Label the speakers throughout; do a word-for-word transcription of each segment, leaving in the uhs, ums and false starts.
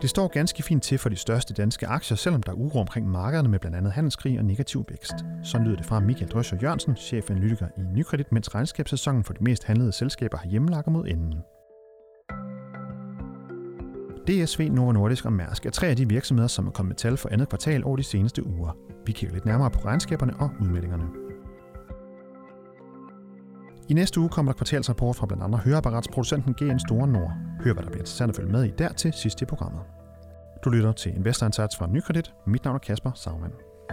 Speaker 1: Det står ganske fint til for de største danske aktier, selvom der er uro omkring markederne med blandt andet handelskrig og negativ vækst. Sådan lyder det fra Michael Drøsser Jørgensen, chefanalytiker i Nykredit, mens regnskabssæsonen for de mest handlede selskaber herhjemme lakker mod enden. D S V, Novo Nordisk og Mærsk er tre af de virksomheder, som er kommet med tal for andet kvartal over de seneste uger. Vi kigger lidt nærmere på regnskaberne og udmeldingerne. I næste uge kommer der kvartalsrapport fra blandt andet høreapparatsproducenten G N Store Nord. Hør, hvad der bliver interessant at følge med i der til sidst i programmet. Du lytter til Investor Insights fra Nykredit. Mit navn er Kasper Saumann.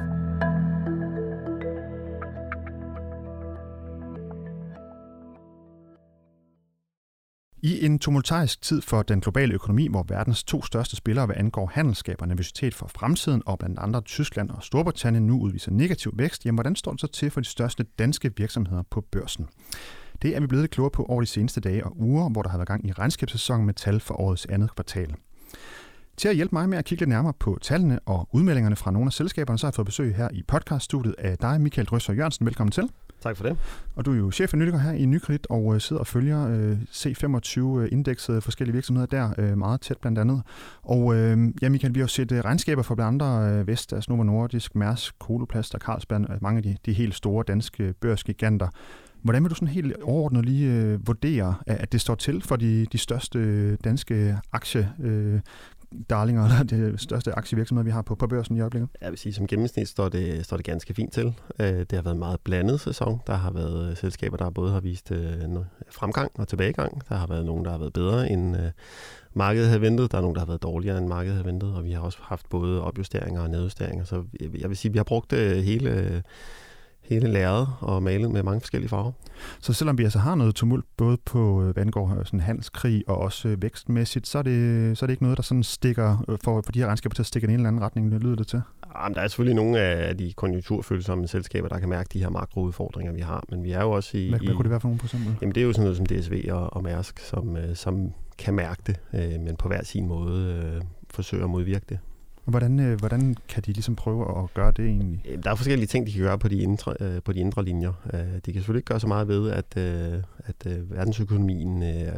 Speaker 1: I en tumultarisk tid for den globale økonomi, hvor verdens to største spillere, hvad angår handelsskab og nervøsitet for fremtiden, og blandt andre Tyskland og Storbritannien nu udviser negativ vækst, jamen hvordan står det så til for de største danske virksomheder på børsen? Det er vi blevet klogere på over de seneste dage og uger, hvor der har været gang i regnskabssæsonen med tal for årets andet kvartal. Til at hjælpe mig med at kigge lidt nærmere på tallene og udmeldingerne fra nogle af selskaberne, så har jeg fået besøg her i podcaststudiet af dig, Michael Drøsser Jørgensen. Velkommen til.
Speaker 2: Tak for det.
Speaker 1: Og du er jo chefanalytiker her i Nykredit og sidder og følger øh, C femogtyve-indekset forskellige virksomheder der øh, meget tæt blandt andet. Og øh, ja, Michael, vi har jo set øh, regnskaber for blandt andre øh, Vestas, Novo Nordisk, Mærsk, Coloplast og Carlsberg, øh, mange af de, de helt store danske børsgiganter. Hvordan vil du sådan helt overordnet lige øh, vurdere, at det står til for de, de største danske aktie øh, darlinger, eller de største aktievirksomheder, vi har på, på børsen i øjeblikket?
Speaker 2: Jeg vil sige, som gennemsnit står det, står det ganske fint til. Det har været en meget blandet sæson. Der har været selskaber, der både har vist fremgang og tilbagegang. Der har været nogle, der har været bedre end markedet havde ventet. Der er nogle, der har været dårligere end markedet havde ventet. Og vi har også haft både opjusteringer og nedjusteringer. Så jeg vil sige, at vi har brugt hele... hele lærredet og malet med mange forskellige farver.
Speaker 1: Så selvom vi altså har noget tumult, både på hvad angår sådan handelskrig og også vækstmæssigt, så er det, så er det ikke noget, der sådan stikker for, for de her regnskaber til at stikke i en eller anden retning, det lyder det til?
Speaker 2: Jamen, der er selvfølgelig nogle af de konjunkturfølsomme selskaber, der kan mærke de her makroudfordringer, vi har, men vi er jo også i...
Speaker 1: Hvad, hvad
Speaker 2: i,
Speaker 1: kunne det være for nogle, for eksempel?
Speaker 2: Jamen, det er jo sådan noget som D S V og, og Mærsk, som, som kan mærke det, men på hver sin måde øh, forsøger at modvirke det.
Speaker 1: Hvordan, hvordan kan de ligesom prøve at gøre det egentlig?
Speaker 2: Der er forskellige ting, de kan gøre på de indre, på de indre linjer. De kan selvfølgelig ikke gøre så meget ved, at, at verdensøkonomien er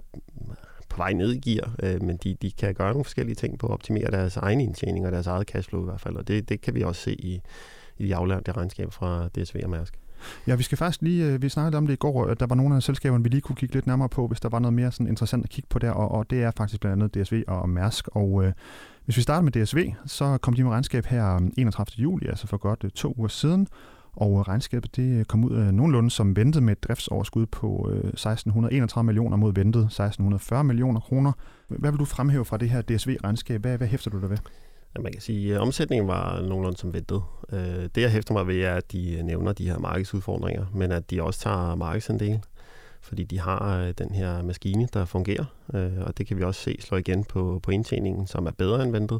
Speaker 2: på vej ned i gear, men de, de kan gøre nogle forskellige ting på at optimere deres egen indtjening og deres eget cashflow i hvert fald, og det, det kan vi også se i, i de aflærte regnskaber fra D S V og Mærsk.
Speaker 1: Ja, vi skal faktisk lige, vi snakkede om det i går, at der var nogle af selskaberne, vi lige kunne kigge lidt nærmere på, hvis der var noget mere sådan interessant at kigge på der, og, og det er faktisk blandt andet D S V og Mærsk. Og øh, hvis vi starter med D S V, så kom de med regnskab her enogtredivte juli, altså for godt øh, to uger siden, og regnskabet det kom ud af nogenlunde som ventet med et driftsoverskud på øh, seksten enogtredive millioner mod ventet seksten fyrre millioner kroner. Hvad vil du fremhæve fra det her D S V-regnskab? Hvad, hvad hæfter du der ved?
Speaker 2: Ja, man kan sige, at omsætningen var nogenlunde som ventet. Det, jeg hæfter mig ved, er, at de nævner de her markedsudfordringer, men at de også tager markedsandel, fordi de har den her maskine, der fungerer, og det kan vi også se slå igen på, på indtjeningen, som er bedre end ventet.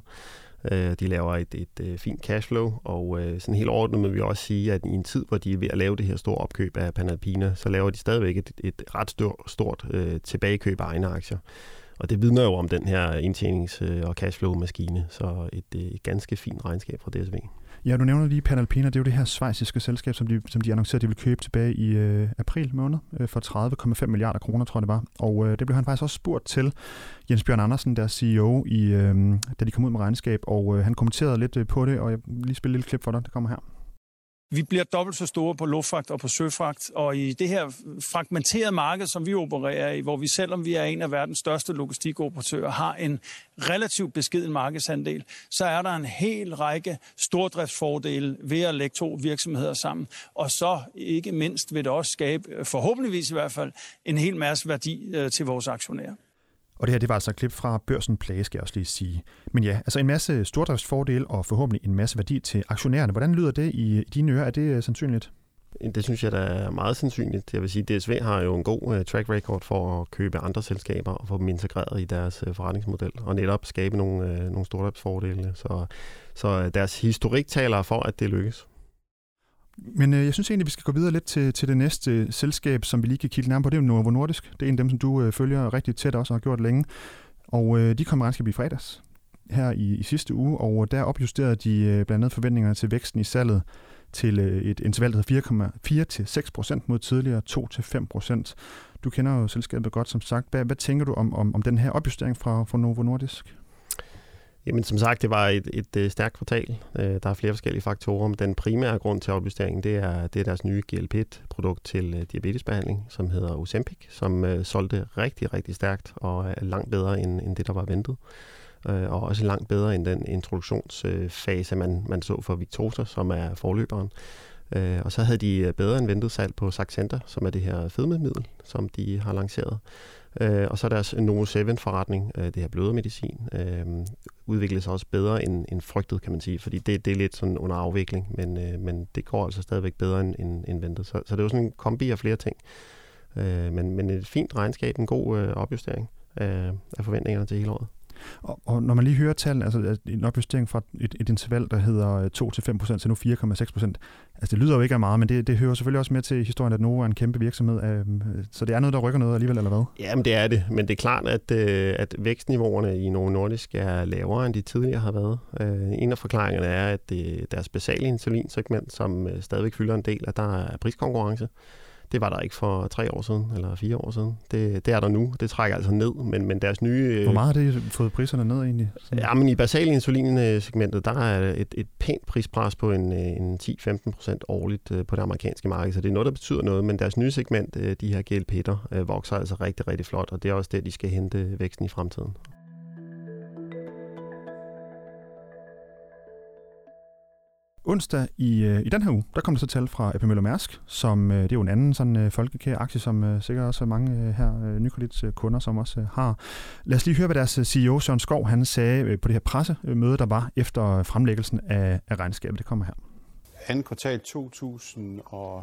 Speaker 2: De laver et, et fint cashflow, og sådan helt ordentligt må vi også sige, at i en tid, hvor de er ved at lave det her store opkøb af Panalpina, så laver de stadigvæk et, et ret stort, stort tilbagekøb af egne aktier. Og det vidner jo om den her indtjenings- og cashflow-maskine, så et, et ganske fint regnskab fra D S V.
Speaker 1: Ja, du nævner lige Panalpina, det er jo det her schweiziske selskab, som de, som de annoncerede, de ville købe tilbage i øh, april måned øh, for tredive komma fem milliarder kroner, tror jeg det var. Og øh, det blev han faktisk også spurgt til Jens Bjørn Andersen, der C E O, i, øh, da de kom ud med regnskab, og øh, han kommenterede lidt øh, på det, og jeg vil lige spille et lille klip for dig, det kommer her.
Speaker 3: Vi bliver dobbelt så store på luftfragt og på søfragt, og i det her fragmenterede marked, som vi opererer i, hvor vi selvom vi er en af verdens største logistikoperatører, har en relativt beskeden markedsandel, så er der en hel række stordriftsfordele ved at lægge to virksomheder sammen. Og så ikke mindst vil det også skabe, forhåbentligvis i hvert fald, en hel masse værdi til vores aktionærer.
Speaker 1: Og det her, det var altså et klip fra Børsen Play, skal jeg også lige sige. Men ja, altså en masse stordriftsfordele og forhåbentlig en masse værdi til aktionærerne. Hvordan lyder det i dine ører? Er det sandsynligt?
Speaker 2: Det synes jeg, der er meget sandsynligt. Jeg vil sige, at D S V har jo en god uh, track record for at købe andre selskaber og få dem integreret i deres uh, forretningsmodel, og netop skabe nogle, uh, nogle stordriftsfordele. Så, så deres historik taler for, at det lykkes.
Speaker 1: Men øh, jeg synes egentlig, vi skal gå videre lidt til, til det næste øh, selskab, som vi lige kan kigge nærmere på. Det er Novo Nordisk. Det er en af dem, som du øh, følger rigtig tæt også og har gjort længe. Og øh, de kom med regnskab i fredags her i, i sidste uge, og der opjusterede de øh, blandt andet forventningerne til væksten i salget til øh, et interval, der hedder fire komma fire til seks procent mod tidligere to til fem procent. Du kender jo selskabet godt, som sagt. Hvad, hvad tænker du om, om, om den her opjustering fra, fra Novo Nordisk?
Speaker 2: Jamen som sagt, det var et, et, et stærkt kvartal. Der er flere forskellige faktorer, men den primære grund til opjusteringen, det er, det er deres nye G L P et-produkt til diabetesbehandling, som hedder Ozempic, som uh, solgte rigtig, rigtig stærkt og er langt bedre end, end det, der var ventet. Uh, og også langt bedre end den introduktionsfase, man, man så for Victoza, som er forløberen. Uh, og så havde de bedre end ventet salg på Saxenda, som er det her fedmemiddel, som de har lanceret. Uh, og så deres Novo syv-forretning, uh, det her blødermedicin, uh, udviklede sig også bedre end, end frygtet, kan man sige, fordi det, det er lidt sådan under afvikling, men, uh, men det går altså stadigvæk bedre end, end, end ventet. Så, så det er jo sådan en kombi af flere ting. Uh, men, men et fint regnskab, en god uh, opjustering uh, af forventningerne til hele året.
Speaker 1: Og, og når man lige hører tallene, altså en opjustering fra et, et interval, der hedder to til fem procent til nu fire komma seks procent, altså det lyder jo ikke af meget, men det, det hører selvfølgelig også med til historien, at Novo er en kæmpe virksomhed, øh, så det er noget, der rykker noget alligevel, eller hvad?
Speaker 2: Jamen det er det, men det er klart, at, øh, at vækstniveauerne i Novo Nordisk er lavere, end de tidligere har været. Øh, en af forklaringerne er, at det, deres basale insulinsegment, som øh, stadigvæk fylder en del, at der er priskonkurrence. Det var der ikke for tre år siden, eller fire år siden. Det, det er der nu. Det trækker altså ned, men, men deres nye...
Speaker 1: Hvor meget har det fået priserne ned egentlig?
Speaker 2: Sådan. Ja, men i basal insulinsegmentet, der er et, et pænt prispres på en, en ti til femten procent årligt på det amerikanske marked, så det er noget, der betyder noget, men deres nye segment, de her G L P et'er, vokser altså rigtig, rigtig flot, og det er også det, de skal hente væksten i fremtiden.
Speaker 1: Onsdag i, i den her uge, der kom der så tal fra A P Møller Mærsk, som det er jo en anden sådan folkekær aktie, som sikkert også mange her Nykredits kunder, som også har. Lad os lige høre, hvad deres C E O Søren Skov, han sagde på det her pressemøde, der var efter fremlæggelsen af, af regnskabet. Det kommer her.
Speaker 4: Andet kvartal to tusind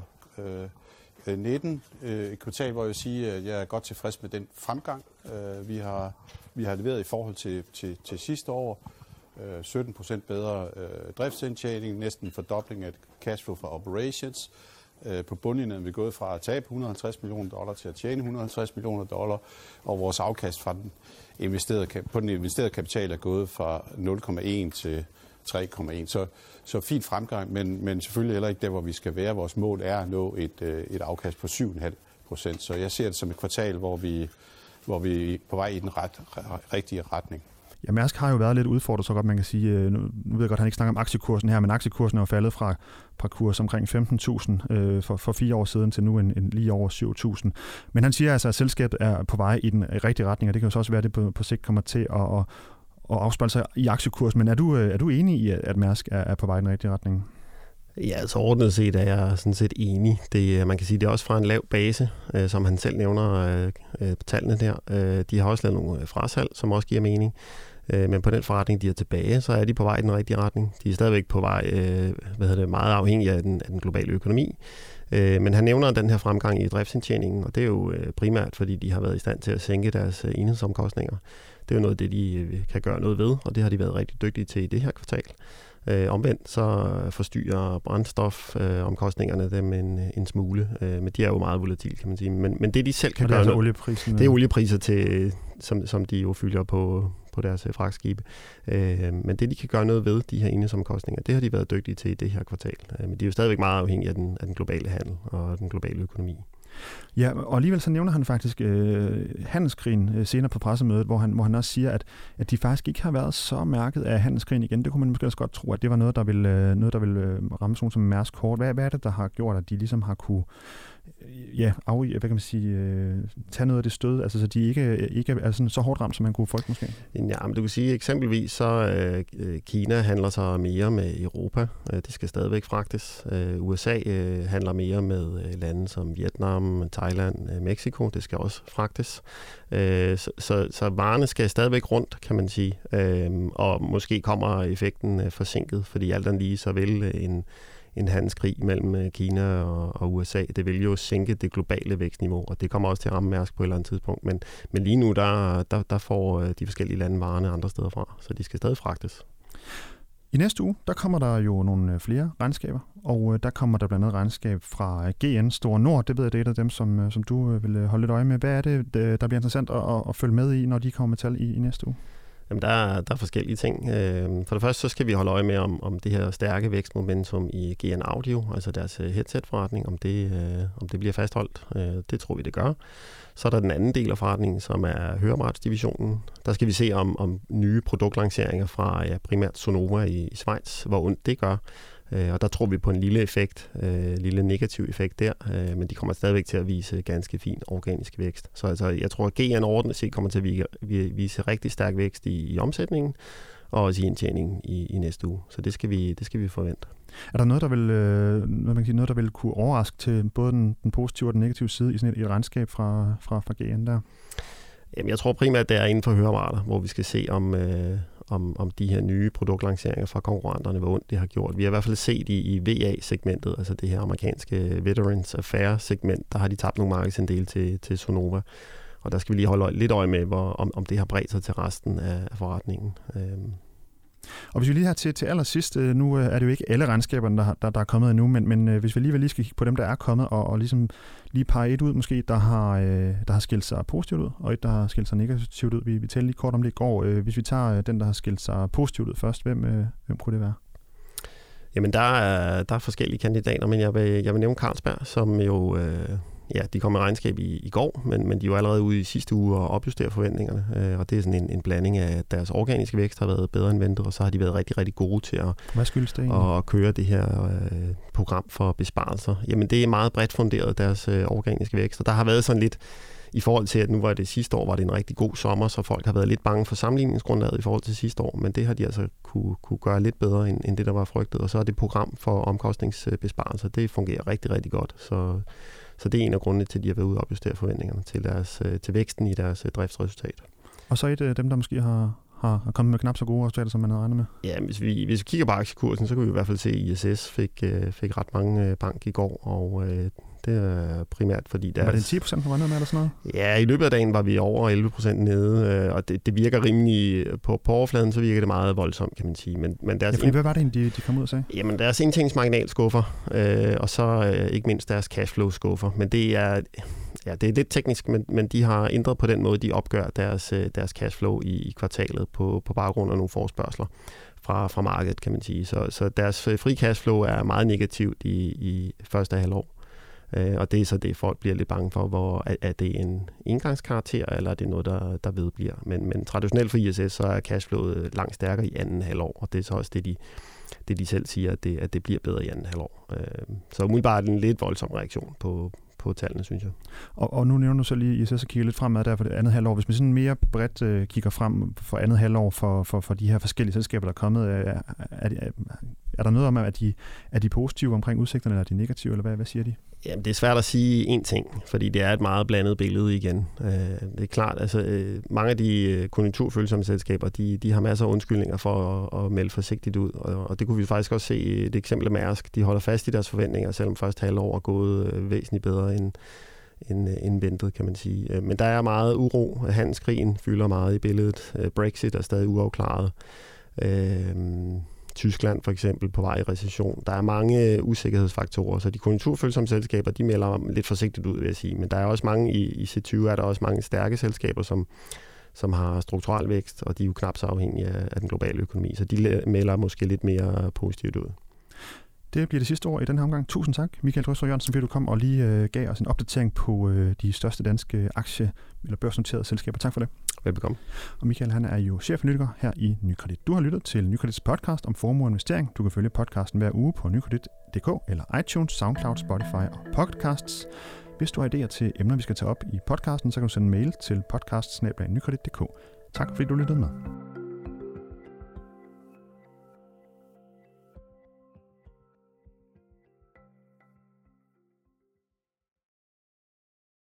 Speaker 4: nitten, et kvartal, hvor jeg vil sige, at jeg er godt tilfreds med den fremgang, vi har, vi har leveret i forhold til, til, til sidste år. sytten procent bedre øh, driftsindtjening, næsten en fordobling af cashflow fra operations. Øh, på bundlinjen er vi gået fra at tabe et hundrede og halvtreds millioner dollar til at tjene et hundrede og halvtreds millioner dollar, og vores afkast fra den investerede, på den investerede kapital er gået fra nul komma en til tre komma en. Så, så fin fremgang, men, men selvfølgelig heller ikke der, hvor vi skal være. Vores mål er at nå et, et afkast på syv komma fem procent. Så jeg ser det som et kvartal, hvor vi, hvor vi er på vej i den ret, rigtige retning.
Speaker 1: Ja, Mærsk har jo været lidt udfordret, så godt man kan sige. Nu ved jeg godt, at han ikke snakker om aktiekursen her, men aktiekursen er jo faldet fra, fra kurs omkring femten tusind øh, for, for fire år siden til nu en, en lige over syv tusind. Men han siger altså, at selskabet er på vej i den rigtige retning, og det kan jo så også være, at det på, på sigt kommer til at, at, at afspejle sig i aktiekursen. Men er du, er du enig i, at Mærsk er, er på vej i den rigtige retning?
Speaker 2: Ja, altså ordnet set er jeg sådan set enig. Det, man kan sige, det er også fra en lav base, øh, som han selv nævner øh, på tallene der. Øh, de har også lavet nogle frasalg, som også giver mening. Men på den forretning, de er tilbage, så er de på vej i den rigtige retning. De er stadigvæk på vej, øh, hvad hedder det, meget afhængige af den, af den globale økonomi. Øh, men han nævner den her fremgang i driftsindtjeningen, og det er jo øh, primært, fordi de har været i stand til at sænke deres øh, enhedsomkostninger. Det er jo noget, det de øh, kan gøre noget ved, og det har de været rigtig dygtige til i det her kvartal. Øh, omvendt så forstyrrer brændstofomkostningerne øh, dem en, en smule, øh, men de er jo meget volatile, kan man sige. Men, men det de selv kan
Speaker 1: og det
Speaker 2: gøre
Speaker 1: er altså
Speaker 2: det er oliepriser, til, som, som de jo fylder på, på deres fragtskibe. Øh, men det de kan gøre noget ved, de her enhedsomkostninger, det har de været dygtige til i det her kvartal. Øh, men de er jo stadigvæk meget afhængige af den, af den globale handel og den globale økonomi.
Speaker 1: Ja, og alligevel så nævner han faktisk øh, handelskrigen øh, senere på pressemødet, hvor han, hvor han også siger, at, at de faktisk ikke har været så mærket af handelskrigen igen. Det kunne man måske også godt tro, at det var noget, der ville, øh, noget, der ville øh, ramme sådan som Mærsk hårdt. Hvad, hvad er det, der har gjort, at de ligesom har kunne ja, af, hvad kan man sige, øh, tage noget af det stød, altså så de ikke, ikke er sådan så hårdt ramt, som man kunne frygte måske?
Speaker 2: Ja, men du kan sige eksempelvis, så øh, Kina handler sig mere med Europa. Øh, det skal stadigvæk fragtes. Øh, U S A øh, handler mere med øh, lande som Vietnam, Thailand, øh, Mexico. Det skal også fragtes. Øh, så, så, så varerne skal stadigvæk rundt, kan man sige. Øh, og måske kommer effekten øh, forsinket, fordi alt andet lige så vil øh, en en handelskrig mellem Kina og, og U S A. Det vil jo sænke det globale vækstniveau, og det kommer også til at ramme Mærsk på et eller andet tidspunkt. Men, men lige nu, der, der, der får de forskellige lande varerne andre steder fra, så de skal stadig fragtes.
Speaker 1: I næste uge, der kommer der jo nogle flere regnskaber, og der kommer der blandt andet regnskab fra G N Store Nord. Det ved jeg, det er et af dem, som, som du vil holde lidt øje med. Hvad er det, der bliver interessant at, at følge med i, når de kommer med tal i, i næste uge?
Speaker 2: Jamen, der er, der er forskellige ting. For det første, så skal vi holde øje med, om, om det her stærke vækstmomentum i G N Audio, altså deres headset-forretning, om det, om det bliver fastholdt. Det tror vi, det gør. Så er der den anden del af forretningen, som er høreapparatsdivisionen. Der skal vi se, om, om nye produktlanceringer fra ja, primært Sonova i, i Schweiz, hvor ondt det gør. Og der tror vi på en lille effekt, øh, lille negativ effekt der, øh, men de kommer stadigvæk til at vise ganske fin organisk vækst. Så altså, jeg tror, at G N ordentligt set kommer til at vise, vise rigtig stærk vækst i, i omsætningen, og også i indtjeningen i, i næste uge. Så det skal vi, det skal vi forvente.
Speaker 1: Er der noget, der vil, øh, man kan sige, noget, der vil kunne overraske til både den, den positive og den negative side i sådan et, et regnskab fra, fra, fra G N der?
Speaker 2: Jamen, jeg tror primært, det er inden for høreapparater, hvor vi skal se, om, øh, om, om de her nye produktlanceringer fra konkurrenterne, hvor ondt det har gjort. Vi har i hvert fald set i, i V A-segmentet, altså det her amerikanske Veterans Affairs-segment, der har de tabt nogle markedsandele til, til Sonova. Og der skal vi lige holde lidt øje med, hvor, om, om det har bredt sig til resten af, af forretningen. Øhm.
Speaker 1: Og hvis vi lige her til, til allersidst, nu er det jo ikke alle regnskaberne, der, der, der er kommet endnu, men, men hvis vi alligevel lige skal kigge på dem, der er kommet, og, og ligesom lige pege et ud måske, der har, der har skilt sig positivt ud, og et, der har skilt sig negativt ud. Vi, vi talte lige kort om det i går. Hvis vi tager den, der har skilt sig positivt ud først, hvem, hvem kunne det være?
Speaker 2: Jamen, der er, der er forskellige kandidater, men jeg vil, jeg vil nævne Carlsberg, som jo... Øh Ja, de kom med regnskab i, i går, men, men de er jo allerede ude i sidste uge og opjusterer forventningerne. Øh, og det er sådan en, en blanding af, at deres organiske vækst har været bedre end ventet, og så har de været rigtig, rigtig gode til at,
Speaker 1: Hvad skyldes det egentlig?
Speaker 2: at køre det her øh, program for besparelser. Jamen, det er meget bredt funderet, deres øh, organiske vækst, og der har været sådan lidt, i forhold til, at nu var det sidste år, var det en rigtig god sommer, så folk har været lidt bange for sammenligningsgrundlaget i forhold til sidste år, men det har de altså kunne, kunne gøre lidt bedre, end, end det, der var frygtet. Og så er det program for omkostningsbesparelser, det fungerer rigtig, rigtig godt, så... Så det er en af grundene til, at de har været ude og opjustere forventningerne til, deres, til væksten i deres driftsresultat.
Speaker 1: Og så et af dem, der måske har, har kommet med knap så gode resultater, som man havde regnet med?
Speaker 2: Ja, hvis vi, hvis vi kigger på aktiekursen, så kan vi i hvert fald se, at I S S fik, fik ret mange bank i går, og det er primært fordi deres...
Speaker 1: Var det ti procent på ned med eller sådan noget?
Speaker 2: Ja, i løbet af dagen var vi over elleve procent nede, og det, det virker rimelig... På, på overfladen, så virker det meget voldsomt, kan man sige. Men, men deres
Speaker 1: ja, fordi hvad var det, de, de kom ud og sagde?
Speaker 2: Jamen, deres indtjeningsmarginal skuffer, øh, og så øh, ikke mindst deres cashflow skuffer. Men det er, ja, det er lidt teknisk, men, men de har ændret på den måde, de opgør deres, deres cashflow i, i kvartalet på, på baggrund af nogle forespørgsler fra, fra markedet, kan man sige. Så, så deres fri cashflow er meget negativt i, i første halvår. Og det er så det, folk bliver lidt bange for, hvor er det en engangskarakter, eller er det noget, der, der vedbliver. Men, men traditionelt for I S S, så er cashflowet langt stærkere i anden halvår, og det er så også det, de, det, de selv siger, at det, at det bliver bedre i anden halvår. Så umiddelbart er det en lidt voldsom reaktion på, på tallene, synes jeg. Og,
Speaker 1: og nu nævner du så lige I S S at kigge lidt fremad der for det andet halvår. Hvis man sådan mere bredt øh, kigger frem for andet halvår for, for, for de her forskellige selskaber, der er kommet, er, er, er, er der noget om, at de, er de positive omkring udsigterne, eller er de negative, eller hvad, hvad siger de?
Speaker 2: Jamen, det er svært at sige én ting, fordi det er et meget blandet billede igen. Det er klart, altså mange af de konjunkturfølsomme selskaber, de, de har masser af undskyldninger for at, at melde forsigtigt ud, og det kunne vi faktisk også se i et eksempel af Mærsk. De holder fast i deres forventninger, selvom første halvår er gået væsentligt bedre end, end, end ventet, kan man sige. Men der er meget uro. Handelskrigen fylder meget i billedet. Brexit er stadig uafklaret. Tyskland for eksempel på vej i recession. Der er mange usikkerhedsfaktorer, så de konjunkturfølsomme selskaber, de melder lidt forsigtigt ud, vil jeg sige. Men der er også mange i, i C tyve, er der også mange stærke selskaber, som, som har strukturel vækst, og de er jo knap så afhængige af, af den globale økonomi, så de melder måske lidt mere positivt ud.
Speaker 1: Det bliver det sidste ord i den her omgang. Tusind tak, Michael Drøsgaard Jørgensen, fordi du kom og lige øh, gav os en opdatering på øh, de største danske aktie- eller børsnoterede selskaber. Tak for det.
Speaker 2: Velbekomme.
Speaker 1: Og Michael, han er jo chefanalytiker her i Nykredit. Du har lyttet til Nykredits podcast om formue og investering. Du kan følge podcasten hver uge på nykredit punktum d k eller iTunes, SoundCloud, Spotify og Podcasts. Hvis du har idéer til emner, vi skal tage op i podcasten, så kan du sende en mail til podcast snabel-a nykredit punktum d k. Tak fordi du lyttede med.